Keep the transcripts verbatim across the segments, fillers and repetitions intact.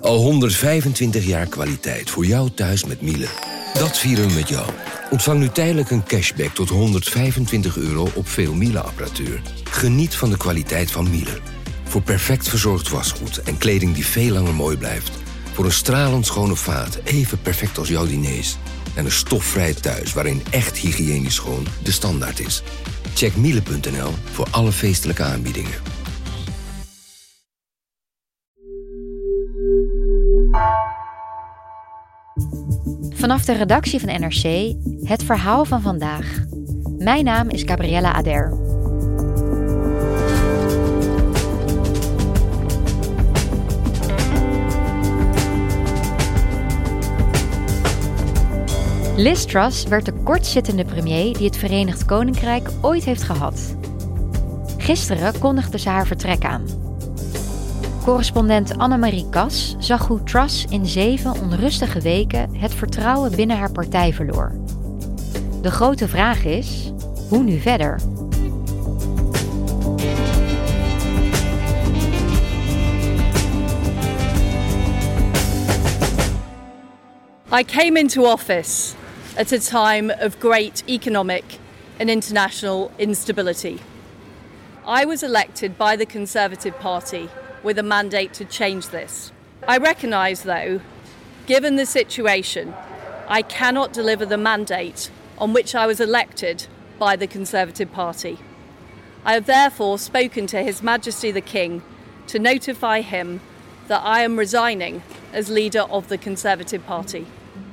Al honderdvijfentwintig jaar kwaliteit voor jou thuis met Miele. Dat vieren we met jou. Ontvang nu tijdelijk een cashback tot honderdvijfentwintig euro op veel Miele-apparatuur. Geniet van de kwaliteit van Miele. Voor perfect verzorgd wasgoed en kleding die veel langer mooi blijft. Voor een stralend schone vaat, even perfect als jouw diners. En een stofvrij thuis waarin echt hygiënisch schoon de standaard is. Check miele punt n l voor alle feestelijke aanbiedingen. Vanaf de redactie van N R C, het verhaal van vandaag. Mijn naam is Gabriella Ader. Liz Truss werd de kortzittende premier die het Verenigd Koninkrijk ooit heeft gehad. Gisteren kondigde ze haar vertrek aan. Correspondent Annemarie Kas zag hoe Truss in zeven onrustige weken het vertrouwen binnen haar partij verloor. De grote vraag is, hoe nu verder? I came into office at a time of great economic and international instability. I was elected by the Conservative Party with a mandate to change this. I recognise, though, given the situation, I cannot deliver the mandate on which I was elected by the Conservative Party. I have therefore spoken to His Majesty the King to notify him that I am resigning as leader of the Conservative Party.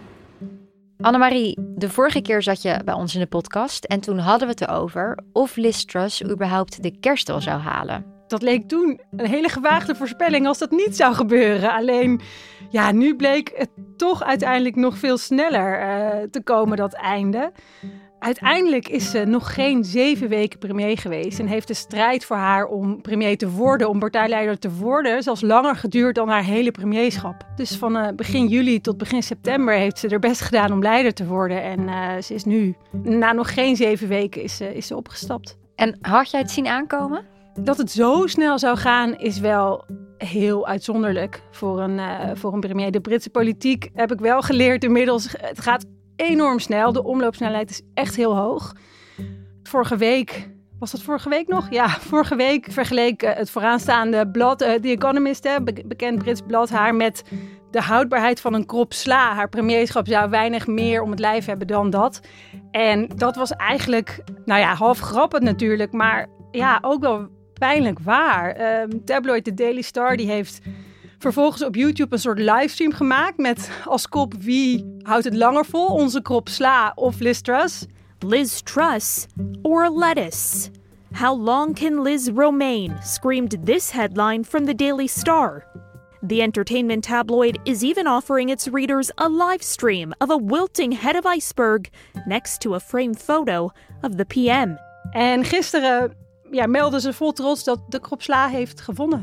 Annemarie, de vorige keer zat je bij ons in de podcast en toen hadden we het erover of Liz Truss überhaupt de kerst wel zou halen. Dat leek toen een hele gewaagde voorspelling als dat niet zou gebeuren. Alleen, ja, nu bleek het toch uiteindelijk nog veel sneller uh, te komen, dat einde. Uiteindelijk is ze nog geen zeven weken premier geweest en heeft de strijd voor haar om premier te worden, om partijleider te worden, zelfs langer geduurd dan haar hele premierschap. Dus van uh, begin juli tot begin september heeft ze er best gedaan om leider te worden en uh, ze is nu, na nog geen zeven weken, is, uh, is ze opgestapt. En had jij het zien aankomen? Dat het zo snel zou gaan is wel heel uitzonderlijk voor een, uh, voor een premier. De Britse politiek heb ik wel geleerd inmiddels. Het gaat enorm snel. De omloopsnelheid is echt heel hoog. Vorige week, was dat vorige week nog? Ja, vorige week vergeleek uh, het vooraanstaande blad, uh, The Economist, hè, be- bekend Brits blad, haar met de houdbaarheid van een krop sla. Haar premierschap zou weinig meer om het lijf hebben dan dat. En dat was eigenlijk, nou ja, half grappig natuurlijk, maar ja, ook wel pijnlijk waar. Um, tabloid The Daily Star die heeft vervolgens op YouTube een soort livestream gemaakt met als kop wie houdt het langer vol, onze krop sla of Liz Truss. Liz Truss or lettuce? How long can Liz remain? Screamed this headline from the Daily Star. The entertainment tabloid is even offering its readers a live stream of a wilting head of iceberg next to a framed photo of the P M. En gisteren ja, melden ze vol trots dat de krop sla heeft gewonnen.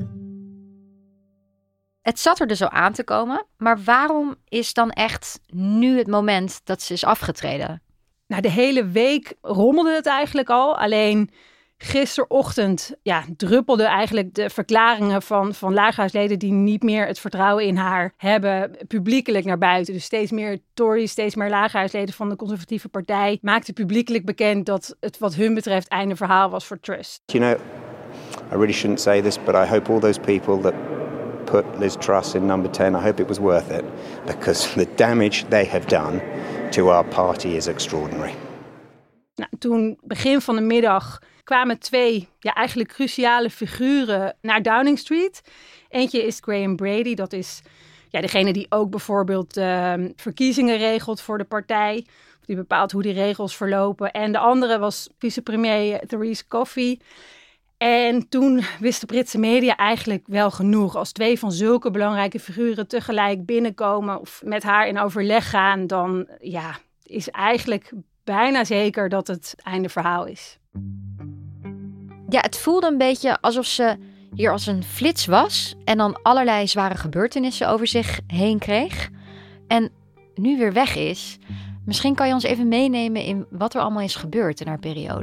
Het zat er dus al aan te komen, maar waarom is dan echt nu het moment dat ze is afgetreden? Nou, de hele week rommelde het eigenlijk al. Alleen gisterochtend ja, druppelden eigenlijk de verklaringen van, van lagerhuisleden die niet meer het vertrouwen in haar hebben publiekelijk naar buiten. Dus steeds meer Tories, steeds meer lagerhuisleden van de conservatieve partij maakten publiekelijk bekend dat het wat hun betreft einde verhaal was voor Truss. You know, I really shouldn't say this, but I hope all those people that put Liz Truss in number ten, I hope it was worth it, because the damage they have done to our party is extraordinary. Nou, toen begin van de middag kwamen twee ja, eigenlijk cruciale figuren naar Downing Street. Eentje is Graham Brady, dat is ja, degene die ook bijvoorbeeld uh, verkiezingen regelt voor de partij. Die bepaalt hoe die regels verlopen. En de andere was vicepremier Theresa Coffey. En toen wist de Britse media eigenlijk wel genoeg. Als twee van zulke belangrijke figuren tegelijk binnenkomen of met haar in overleg gaan, dan ja, is eigenlijk bijna zeker dat het einde verhaal is. Ja, het voelde een beetje alsof ze hier als een flits was en dan allerlei zware gebeurtenissen over zich heen kreeg. En nu weer weg is. Misschien kan je ons even meenemen in wat er allemaal is gebeurd in haar periode.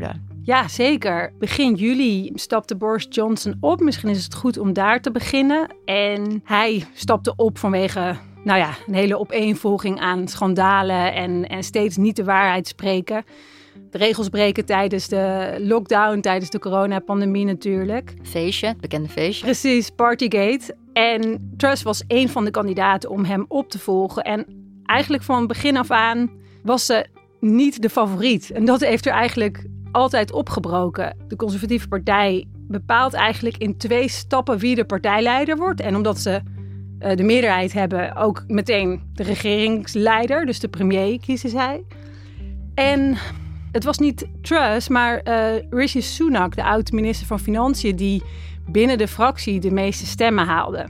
Ja, zeker. Begin juli stapte Boris Johnson op. Misschien is het goed om daar te beginnen. En hij stapte op vanwege, nou ja, een hele opeenvolging aan schandalen en, en steeds niet de waarheid spreken. De regels breken tijdens de lockdown, tijdens de coronapandemie natuurlijk. Feestje, het bekende feestje. Precies, Partygate. En Truss was een van de kandidaten om hem op te volgen. En eigenlijk van begin af aan was ze niet de favoriet. En dat heeft er eigenlijk altijd opgebroken. De Conservatieve Partij bepaalt eigenlijk in twee stappen wie de partijleider wordt. En omdat ze uh, de meerderheid hebben, ook meteen de regeringsleider, dus de premier kiezen zij. En het was niet Truss, maar uh, Rishi Sunak, de oud-minister van Financiën, die binnen de fractie de meeste stemmen haalde.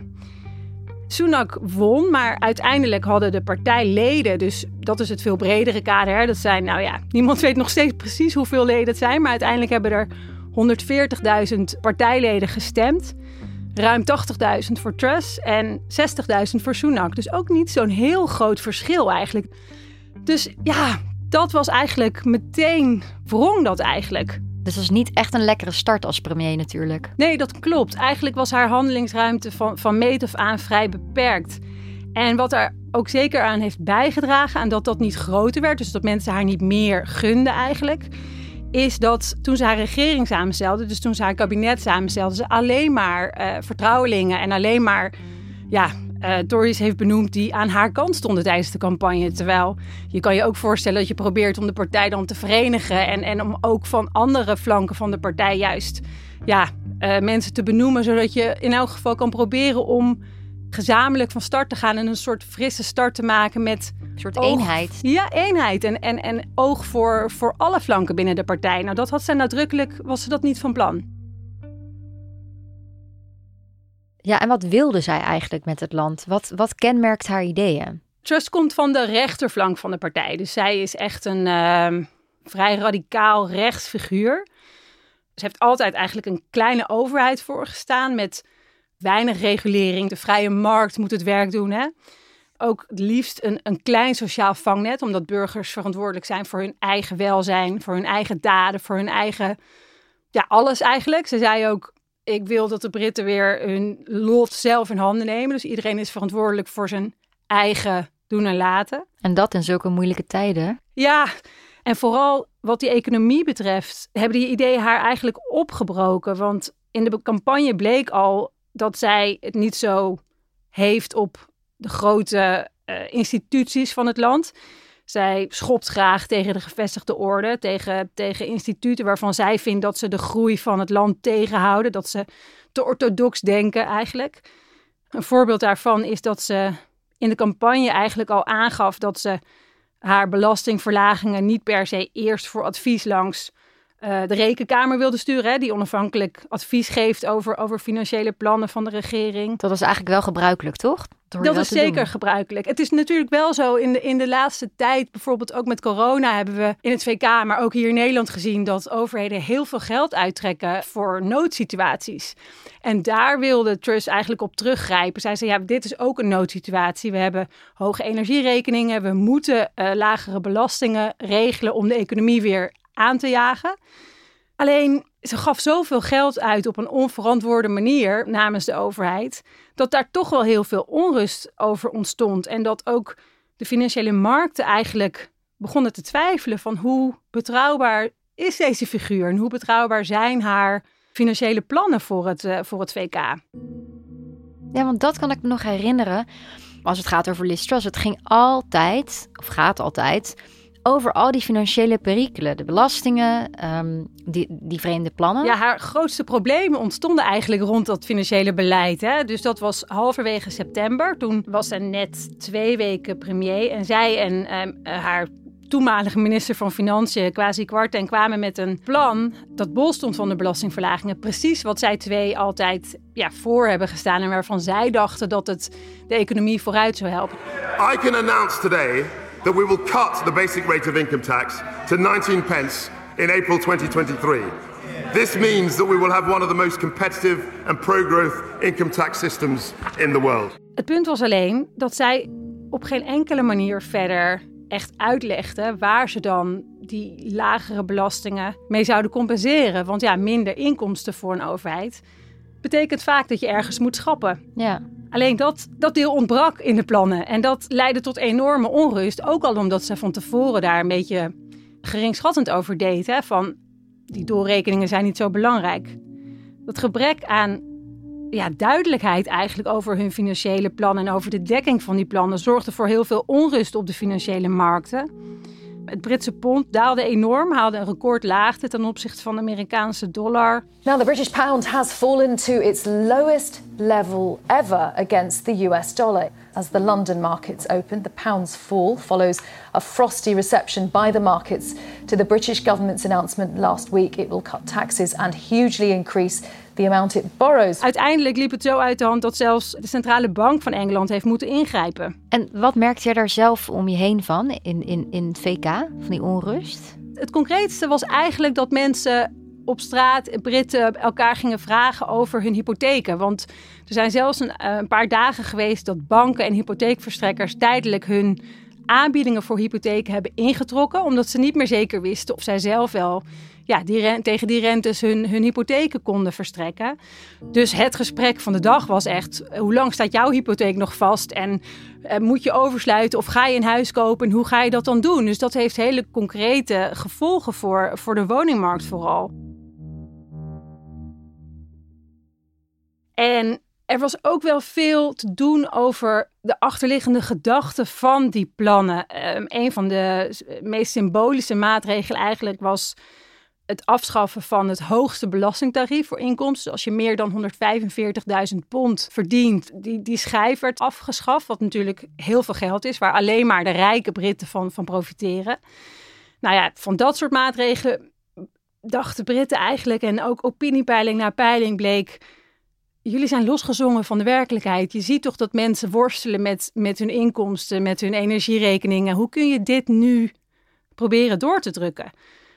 Sunak won, maar uiteindelijk hadden de partijleden, dus dat is het veel bredere kader. Hè? Dat zijn, nou ja, niemand weet nog steeds precies hoeveel leden het zijn, maar uiteindelijk hebben er honderdveertigduizend partijleden gestemd. Ruim tachtigduizend voor Truss en zestigduizend voor Sunak. Dus ook niet zo'n heel groot verschil eigenlijk. Dus ja, dat was eigenlijk meteen, wrong dat eigenlijk. Dus dat is niet echt een lekkere start als premier natuurlijk. Nee, dat klopt. Eigenlijk was haar handelingsruimte van, van meet af aan vrij beperkt. En wat er ook zeker aan heeft bijgedragen, aan dat dat niet groter werd, dus dat mensen haar niet meer gunden eigenlijk, is dat toen ze haar regering samenstelde, dus toen ze haar kabinet samenstelde, ze alleen maar uh, vertrouwelingen en alleen maar, ja, Uh, Tories heeft benoemd die aan haar kant stonden tijdens de campagne. Terwijl je kan je ook voorstellen dat je probeert om de partij dan te verenigen. En, en om ook van andere flanken van de partij juist ja, uh, mensen te benoemen. Zodat je in elk geval kan proberen om gezamenlijk van start te gaan. En een soort frisse start te maken met een soort oog, eenheid. Ja, eenheid. En, en, en oog voor, voor alle flanken binnen de partij. Nou, dat had ze nadrukkelijk, was ze dat niet van plan. Ja, en wat wilde zij eigenlijk met het land? Wat, wat kenmerkt haar ideeën? Truss komt van de rechterflank van de partij. Dus zij is echt een uh, vrij radicaal rechtsfiguur. Ze heeft altijd eigenlijk een kleine overheid voorgestaan met weinig regulering. De vrije markt moet het werk doen, hè? Ook het liefst een, een klein sociaal vangnet, omdat burgers verantwoordelijk zijn voor hun eigen welzijn, voor hun eigen daden, voor hun eigen, ja, alles eigenlijk. Ze zei ook, ik wil dat de Britten weer hun lot zelf in handen nemen. Dus iedereen is verantwoordelijk voor zijn eigen doen en laten. En dat in zulke moeilijke tijden. Ja, en vooral wat die economie betreft, hebben die ideeën haar eigenlijk opgebroken. Want in de campagne bleek al dat zij het niet zo heeft op de grote uh, instituties van het land. Zij schopt graag tegen de gevestigde orde, tegen, tegen instituten waarvan zij vindt dat ze de groei van het land tegenhouden. Dat ze te orthodox denken eigenlijk. Een voorbeeld daarvan is dat ze in de campagne eigenlijk al aangaf dat ze haar belastingverlagingen niet per se eerst voor advies langs uh, de Rekenkamer wilde sturen. Hè, die onafhankelijk advies geeft over, over financiële plannen van de regering. Dat is eigenlijk wel gebruikelijk, toch? Dat, dat is zeker doen. gebruikelijk. Het is natuurlijk wel zo in de, in de laatste tijd, bijvoorbeeld ook met corona, hebben we in het V K, maar ook hier in Nederland gezien dat overheden heel veel geld uittrekken voor noodsituaties. En daar wilde Truss eigenlijk op teruggrijpen. Zij zei, ja, dit is ook een noodsituatie. We hebben hoge energierekeningen. We moeten uh, lagere belastingen regelen om de economie weer aan te jagen. Alleen, ze gaf zoveel geld uit op een onverantwoorde manier namens de overheid, dat daar toch wel heel veel onrust over ontstond. En dat ook de financiële markten eigenlijk begonnen te twijfelen van hoe betrouwbaar is deze figuur en hoe betrouwbaar zijn haar financiële plannen voor het, uh, voor het V K. Ja, want dat kan ik me nog herinneren. Als het gaat over Liz Truss, het ging altijd, of gaat altijd, over al die financiële perikelen, de belastingen, um, die, die vreemde plannen. Ja, haar grootste problemen ontstonden eigenlijk rond dat financiële beleid. Hè? Dus dat was halverwege september. Toen was ze net twee weken premier. En zij en um, haar toenmalige minister van Financiën, Kwasi Kwarteng, kwamen met een plan dat bol stond van de belastingverlagingen. Precies wat zij twee altijd ja, voor hebben gestaan en waarvan zij dachten dat het de economie vooruit zou helpen. I can announce today that we will cut the basic rate of income tax to nineteen pence in April twenty twenty-three. This means that we will have one of the most competitive and pro-growth income tax systems in the world. Het punt was alleen dat zij op geen enkele manier verder echt uitlegde waar ze dan die lagere belastingen mee zouden compenseren. Want ja, minder inkomsten voor een overheid betekent vaak dat je ergens moet schrappen. Ja. Alleen dat, dat deel ontbrak in de plannen. En dat leidde tot enorme onrust. Ook al omdat ze van tevoren daar een beetje geringschattend over deed. Hè, van die doorrekeningen zijn niet zo belangrijk. Dat gebrek aan ja, duidelijkheid eigenlijk over hun financiële plannen en over de dekking van die plannen zorgde voor heel veel onrust op de financiële markten. Het Britse pond daalde enorm, haalde een recordlaagte ten opzichte van de Amerikaanse dollar. Now the British pound has fallen to its lowest level ever against the U S dollar. As the London markets opened, the pound's fall follows a frosty reception by the markets to the British government's announcement last week it will cut taxes and hugely increase the amount it borrows. Uiteindelijk liep het zo uit de hand dat zelfs de centrale bank van Engeland heeft moeten ingrijpen. En wat merkte jij daar zelf om je heen van in, in, in het V K, van die onrust? Het concreetste was eigenlijk dat mensen op straat, Britten, elkaar gingen vragen over hun hypotheken. Want er zijn zelfs een, een paar dagen geweest dat banken en hypotheekverstrekkers tijdelijk hun aanbiedingen voor hypotheken hebben ingetrokken, omdat ze niet meer zeker wisten of zij zelf wel ja, die rente, tegen die rentes hun, hun hypotheken konden verstrekken. Dus het gesprek van de dag was echt, hoe lang staat jouw hypotheek nog vast? En uh, moet je oversluiten of ga je een huis kopen? En hoe ga je dat dan doen? Dus dat heeft hele concrete gevolgen voor, voor de woningmarkt vooral. En er was ook wel veel te doen over de achterliggende gedachten van die plannen. Um, een van de meest symbolische maatregelen eigenlijk was het afschaffen van het hoogste belastingtarief voor inkomsten. Dus als je meer dan honderdvijfenveertigduizend pond verdient, die, die schijf werd afgeschaft. Wat natuurlijk heel veel geld is, waar alleen maar de rijke Britten van, van profiteren. Nou ja, van dat soort maatregelen dachten Britten eigenlijk, en ook opiniepeiling na peiling bleek, jullie zijn losgezongen van de werkelijkheid. Je ziet toch dat mensen worstelen met, met hun inkomsten, met hun energierekeningen. Hoe kun je dit nu proberen door te drukken?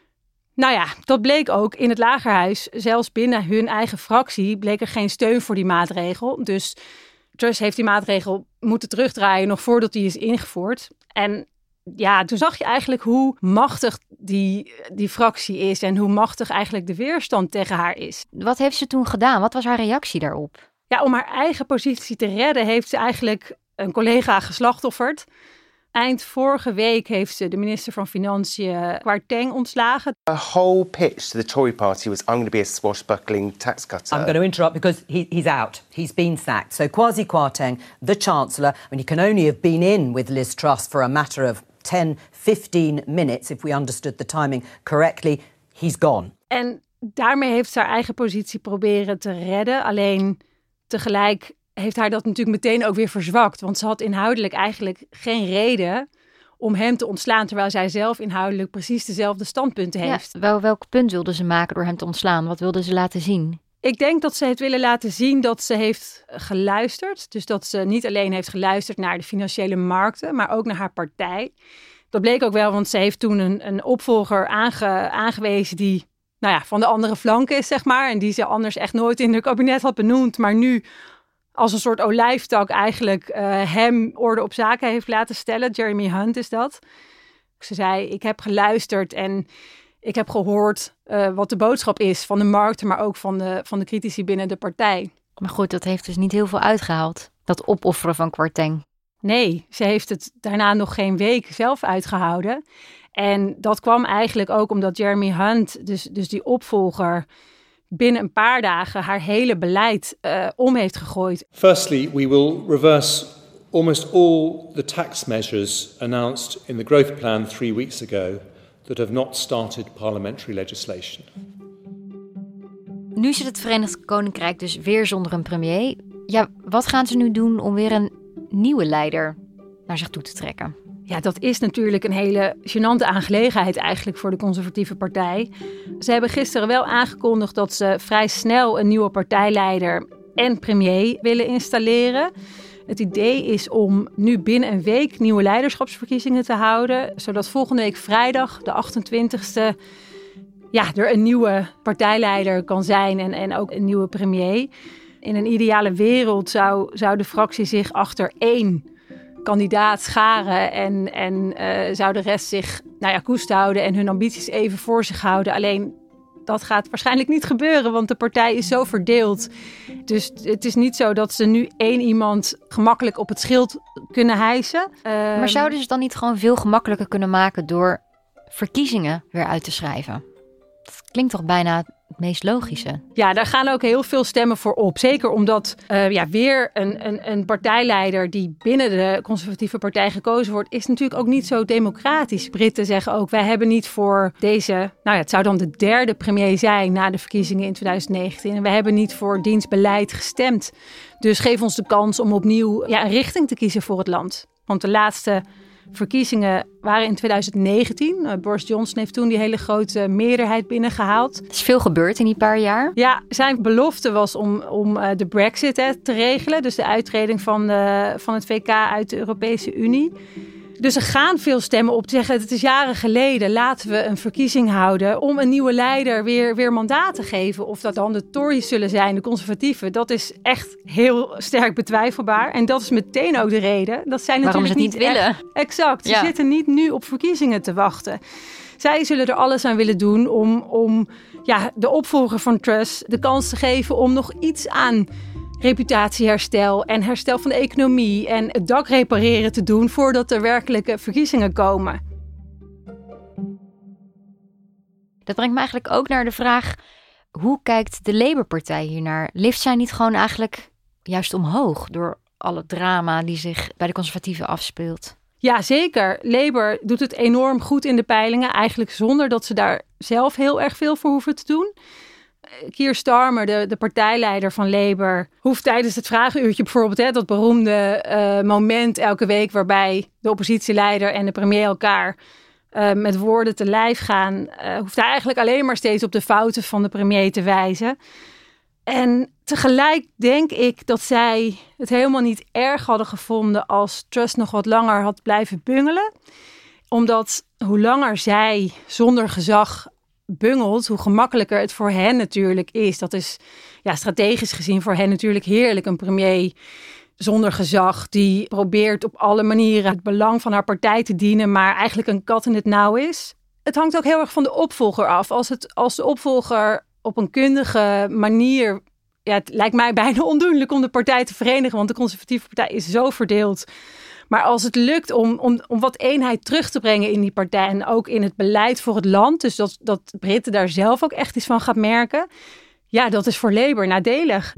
Nou ja, dat bleek ook in het Lagerhuis. Zelfs binnen hun eigen fractie bleek er geen steun voor die maatregel. Dus Truss heeft die maatregel moeten terugdraaien nog voordat die is ingevoerd. En ja, toen zag je eigenlijk hoe machtig die, die fractie is en hoe machtig eigenlijk de weerstand tegen haar is. Wat heeft ze toen gedaan? Wat was haar reactie daarop? Ja, om haar eigen positie te redden heeft ze eigenlijk een collega geslachtofferd. Eind vorige week heeft ze de minister van Financiën Kwarteng ontslagen. The whole pitch to the Tory party was I'm going to be a swashbuckling tax cutter. I'm going to interrupt because he, he's out. He's been sacked. So Kwasi Kwarteng, the Chancellor, I mean, he can only have been in with Liz Truss for a matter of ten, fifteen minutes, if we understood the timing correctly. He's gone. En daarmee heeft ze haar eigen positie proberen te redden. Alleen tegelijk heeft haar dat natuurlijk meteen ook weer verzwakt. Want ze had inhoudelijk eigenlijk geen reden om hem te ontslaan, terwijl zij zelf inhoudelijk precies dezelfde standpunten heeft. Ja, wel, welk punt wilde ze maken door hem te ontslaan? Wat wilde ze laten zien? Ik denk dat ze heeft willen laten zien dat ze heeft geluisterd. Dus dat ze niet alleen heeft geluisterd naar de financiële markten, maar ook naar haar partij. Dat bleek ook wel, want ze heeft toen een, een opvolger aange, aangewezen die nou ja, van de andere flank is, zeg maar. En die ze anders echt nooit in het kabinet had benoemd, maar nu als een soort olijftak eigenlijk uh, hem orde op zaken heeft laten stellen. Jeremy Hunt is dat. Ze zei, ik heb geluisterd en ik heb gehoord uh, wat de boodschap is van de markten, maar ook van de, van de critici binnen de partij. Maar goed, dat heeft dus niet heel veel uitgehaald. Dat opofferen van Kwarteng. Nee, ze heeft het daarna nog geen week zelf uitgehouden. En dat kwam eigenlijk ook omdat Jeremy Hunt, dus, dus die opvolger, binnen een paar dagen haar hele beleid uh, om heeft gegooid. Firstly, we will reverse almost all the tax measures announced in the growth plan three weeks ago that have not started parliamentary legislation. Nu zit het Verenigd Koninkrijk dus weer zonder een premier. Ja, wat gaan ze nu doen om weer een nieuwe leider naar zich toe te trekken? Ja, dat is natuurlijk een hele gênante aangelegenheid eigenlijk voor de conservatieve partij. Ze hebben gisteren wel aangekondigd dat ze vrij snel een nieuwe partijleider en premier willen installeren. Het idee is om nu binnen een week nieuwe leiderschapsverkiezingen te houden, zodat volgende week vrijdag, de achtentwintigste, ja, er een nieuwe partijleider kan zijn en, en ook een nieuwe premier. In een ideale wereld zou, zou de fractie zich achter één kandidaat scharen en, en uh, zou de rest zich nou ja, koest houden en hun ambities even voor zich houden. Alleen dat gaat waarschijnlijk niet gebeuren, want de partij is zo verdeeld. Dus het is niet zo dat ze nu één iemand gemakkelijk op het schild kunnen hijsen. Uh, maar zouden ze het dan niet gewoon veel gemakkelijker kunnen maken door verkiezingen weer uit te schrijven? Dat klinkt toch bijna het meest logische. Ja, daar gaan ook heel veel stemmen voor op. Zeker omdat uh, ja, weer een, een, een partijleider die binnen de conservatieve partij gekozen wordt, is natuurlijk ook niet zo democratisch. Britten zeggen ook, wij hebben niet voor deze, nou ja, het zou dan de derde premier zijn na de verkiezingen in twintig negentien. En we hebben niet voor dienstbeleid gestemd. Dus geef ons de kans om opnieuw ja, een richting te kiezen voor het land. Want de laatste verkiezingen waren in twintig negentien. Uh, Boris Johnson heeft toen die hele grote meerderheid binnengehaald. Er is veel gebeurd in die paar jaar. Ja, zijn belofte was om, om uh, de Brexit hè, te regelen. Dus de uittreding van, de, van het V K uit de Europese Unie. Dus er gaan veel stemmen op te zeggen, het is jaren geleden, laten we een verkiezing houden om een nieuwe leider weer, weer mandaat te geven. Of dat dan de Tories zullen zijn, de conservatieven, dat is echt heel sterk betwijfelbaar. En dat is meteen ook de reden dat zij waarom natuurlijk ze het niet willen. Echt, exact, ze ja. zitten niet nu op verkiezingen te wachten. Zij zullen er alles aan willen doen om, om ja, de opvolger van Truss de kans te geven om nog iets aan reputatieherstel en herstel van de economie en het dak repareren te doen voordat er werkelijke verkiezingen komen. Dat brengt me eigenlijk ook naar de vraag, hoe kijkt de Labour-partij hiernaar? Lift zij niet gewoon eigenlijk juist omhoog door alle drama die zich bij de conservatieven afspeelt? Ja, zeker. Labour doet het enorm goed in de peilingen, eigenlijk zonder dat ze daar zelf heel erg veel voor hoeven te doen. Keir Starmer, de, de partijleider van Labour, hoeft tijdens het vragenuurtje bijvoorbeeld, hè, dat beroemde uh, moment elke week waarbij de oppositieleider en de premier elkaar uh, met woorden te lijf gaan, uh, hoeft hij eigenlijk alleen maar steeds op de fouten van de premier te wijzen. En tegelijk denk ik dat zij het helemaal niet erg hadden gevonden als Truss nog wat langer had blijven bungelen. Omdat hoe langer zij zonder gezag bungelt, hoe gemakkelijker het voor hen natuurlijk is. Dat is ja, strategisch gezien voor hen natuurlijk heerlijk. Een premier zonder gezag die probeert op alle manieren het belang van haar partij te dienen, maar eigenlijk een kat in het nauw is. Het hangt ook heel erg van de opvolger af. Als, het, als de opvolger op een kundige manier, ja, het lijkt mij bijna ondoenlijk om de partij te verenigen, want de conservatieve partij is zo verdeeld. Maar als het lukt om, om, om wat eenheid terug te brengen in die partij en ook in het beleid voor het land, dus dat, dat Britten daar zelf ook echt iets van gaat merken, ja, dat is voor Labour nadelig.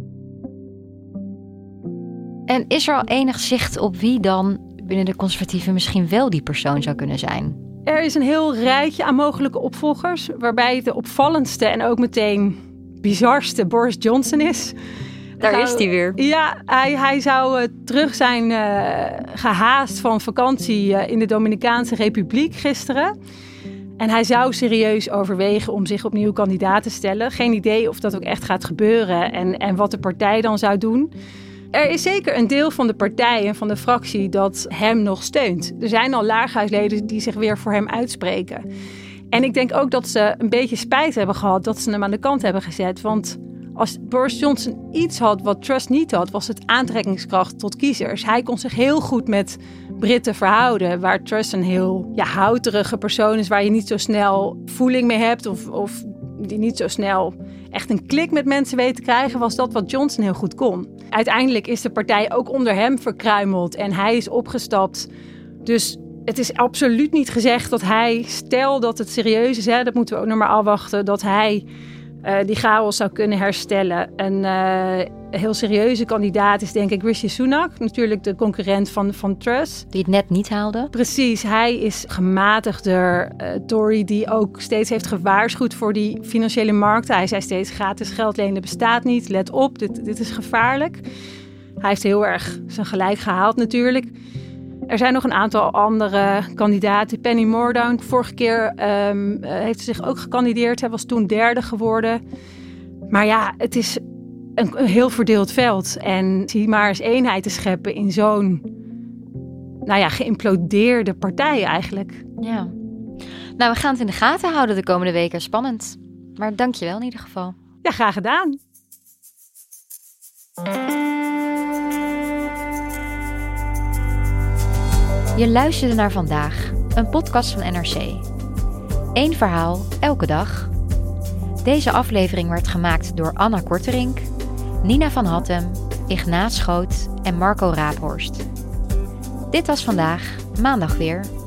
En is er al enig zicht op wie dan binnen de conservatieven misschien wel die persoon zou kunnen zijn? Er is een heel rijtje aan mogelijke opvolgers, waarbij de opvallendste en ook meteen bizarste Boris Johnson is. Daar zou, is hij weer. Ja, hij, hij zou uh, terug zijn uh, gehaast van vakantie uh, in de Dominicaanse Republiek gisteren. En hij zou serieus overwegen om zich opnieuw kandidaat te stellen. Geen idee of dat ook echt gaat gebeuren en, en wat de partij dan zou doen. Er is zeker een deel van de partij en van de fractie dat hem nog steunt. Er zijn al laaghuisleden die zich weer voor hem uitspreken. En ik denk ook dat ze een beetje spijt hebben gehad dat ze hem aan de kant hebben gezet. Want als Boris Johnson iets had wat Truss niet had, was het aantrekkingskracht tot kiezers. Hij kon zich heel goed met Britten verhouden, waar Truss een heel ja, houterige persoon is, waar je niet zo snel voeling mee hebt of, of die niet zo snel echt een klik met mensen weet te krijgen, was dat wat Johnson heel goed kon. Uiteindelijk is de partij ook onder hem verkruimeld en hij is opgestapt. Dus het is absoluut niet gezegd dat hij, stel dat het serieus is, hè, dat moeten we ook nog maar afwachten, dat hij uh, die chaos zou kunnen herstellen. Een uh, heel serieuze kandidaat is denk ik Rishi Sunak, natuurlijk de concurrent van, van Truss. Die het net niet haalde. Precies, hij is gematigder uh, Tory die ook steeds heeft gewaarschuwd voor die financiële markten. Hij zei steeds, gratis geld lenen bestaat niet, let op, dit, dit is gevaarlijk. Hij heeft heel erg zijn gelijk gehaald natuurlijk. Er zijn nog een aantal andere kandidaten. Penny Mordaunt, vorige keer um, heeft ze zich ook gekandideerd. Hij was toen derde geworden. Maar ja, het is een, een heel verdeeld veld. En zie maar eens eenheid te scheppen in zo'n nou ja, geïmplodeerde partij eigenlijk. Ja. Nou, we gaan het in de gaten houden de komende weken. Spannend. Maar dank je wel in ieder geval. Ja, graag gedaan. Je luisterde naar Vandaag, een podcast van N R C. Eén verhaal, elke dag. Deze aflevering werd gemaakt door Anna Korterink, Nina van Hattem, Ignaat Schoot en Marco Raaphorst. Dit was Vandaag, maandag weer.